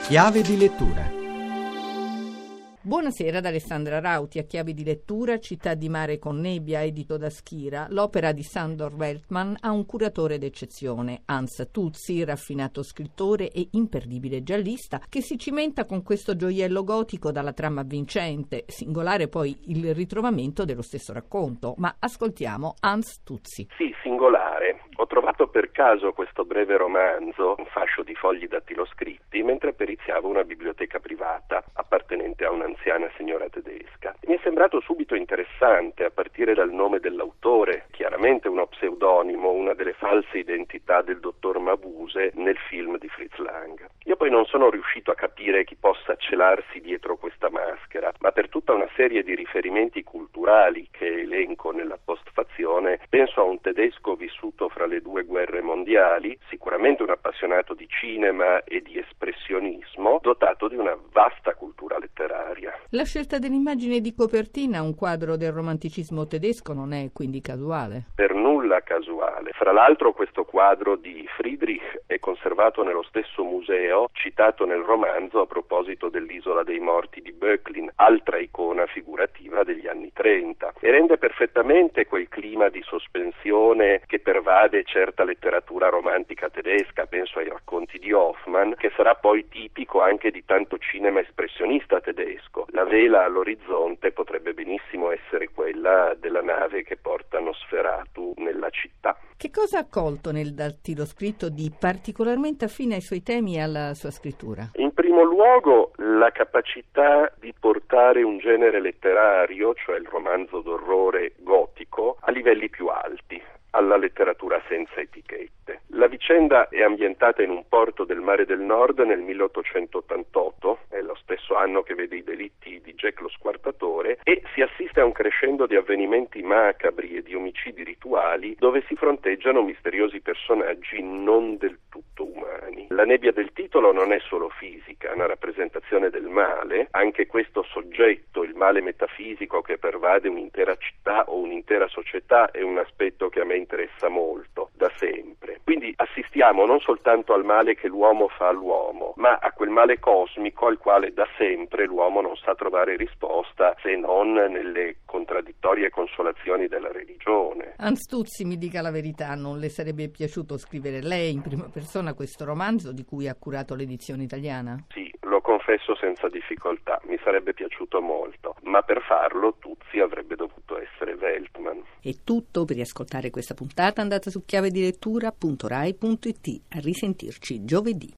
Chiave di lettura. Buonasera ad Alessandra Rauti. A Chiave di lettura, Città di mare con nebbia, edito da Schira. L'opera di Sándor Weltman ha un curatore d'eccezione, Hans Tuzzi, raffinato scrittore e imperdibile giallista, che si cimenta con questo gioiello gotico dalla trama vincente, singolare poi il ritrovamento dello stesso racconto. Ma ascoltiamo Hans Tuzzi. Sì, singolare. Ho trovato per caso questo breve romanzo, un fascio di fogli dattiloscritti, mentre periziavo una biblioteca privata appartenente a un'anziana signora tedesca. Mi è sembrato subito interessante, a partire dal nome dell'autore, chiaramente uno pseudonimo, una delle false identità del dottor Mabuse nel film di Fritz Lang. Io poi non sono riuscito a capire chi possa celarsi dietro questa maschera, ma per tutta una serie di riferimenti culturali che elenco nella postfazione, penso a un tedesco vissuto fra le due guerre mondiali, sicuramente un appassionato di cinema e di espressionismo, dotato di una vasta cultura letteraria. La scelta dell'immagine di copertina, un quadro del romanticismo tedesco, non è quindi casuale? Per nulla casuale. Fra l'altro questo quadro di Friedrich è conservato nello stesso museo citato nel romanzo a proposito dell'Isola dei Morti di Böcklin, altra icona figurativa degli anni 30, e rende perfettamente quel clima di sospensione che pervade certa letteratura romantica tedesca, penso ai racconti di Hoffmann, che sarà poi tipico anche di tanto cinema espressionista tedesco. La vela all'orizzonte potrebbe benissimo essere quella della nave che porta Nosferatu nella città. Che cosa ha colto nel dattiloscritto di particolarmente affine ai suoi temi e alla sua scrittura? In primo luogo la capacità di portare un genere letterario, cioè il romanzo d'orrore gotico, a livelli più alti, alla letteratura senza etichette. La vicenda è ambientata in un porto del Mare del Nord nel 1888, è lo stesso anno che vede i delitti di Jack lo Squartatore, e si assiste a un crescendo di avvenimenti macabri e di omicidi rituali dove si fronteggiano misteriosi personaggi non del tutto umani. La nebbia del titolo non è solo fisica, è una rappresentazione del male, anche questo soggetto, il male metafisico che pervade un'intera città o un'intera società, è un aspetto che a me interessa molto, da sempre. Quindi assistiamo non soltanto al male che l'uomo fa all'uomo, ma a quel male cosmico al quale da sempre l'uomo non sa trovare risposta se non nelle contraddittorie consolazioni della religione. Hans Tuzzi, mi dica la verità, non le sarebbe piaciuto scrivere lei in prima persona questo romanzo di cui ha curato l'edizione italiana? Sì, lo confesso senza difficoltà, mi sarebbe piaciuto molto, ma per farlo Tuzzi avrebbe dovuto essere Weltman. È tutto. Per riascoltare questa puntata andate su chiavedilettura.rai.it. A risentirci giovedì.